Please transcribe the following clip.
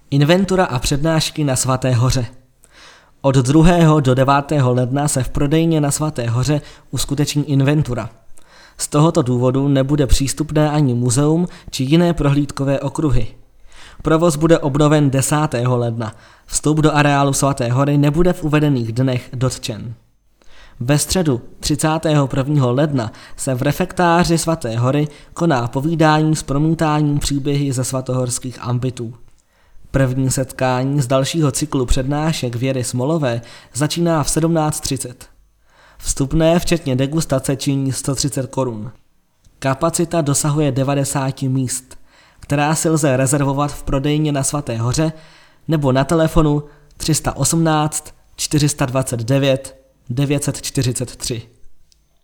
Inventura a přednášky na Svaté hoře. Od 2. do 9. ledna se v prodejně na Svaté hoře uskuteční inventura. Z tohoto důvodu nebude přístupné ani muzeum či jiné prohlídkové okruhy. Provoz bude obnoven 10. ledna. Vstup do areálu Svaté hory nebude v uvedených dnech dotčen. Ve středu 31. ledna se v refektáři Svaté hory koná povídání s promítáním příběhy ze svatohorských ambitů. První setkání z dalšího cyklu přednášek Věry Smolové začíná v 17:30. Vstupné včetně degustace činí 130 korun. Kapacita dosahuje 90 míst, která si lze rezervovat v prodejně na Svaté hoře nebo na telefonu 318 429 943.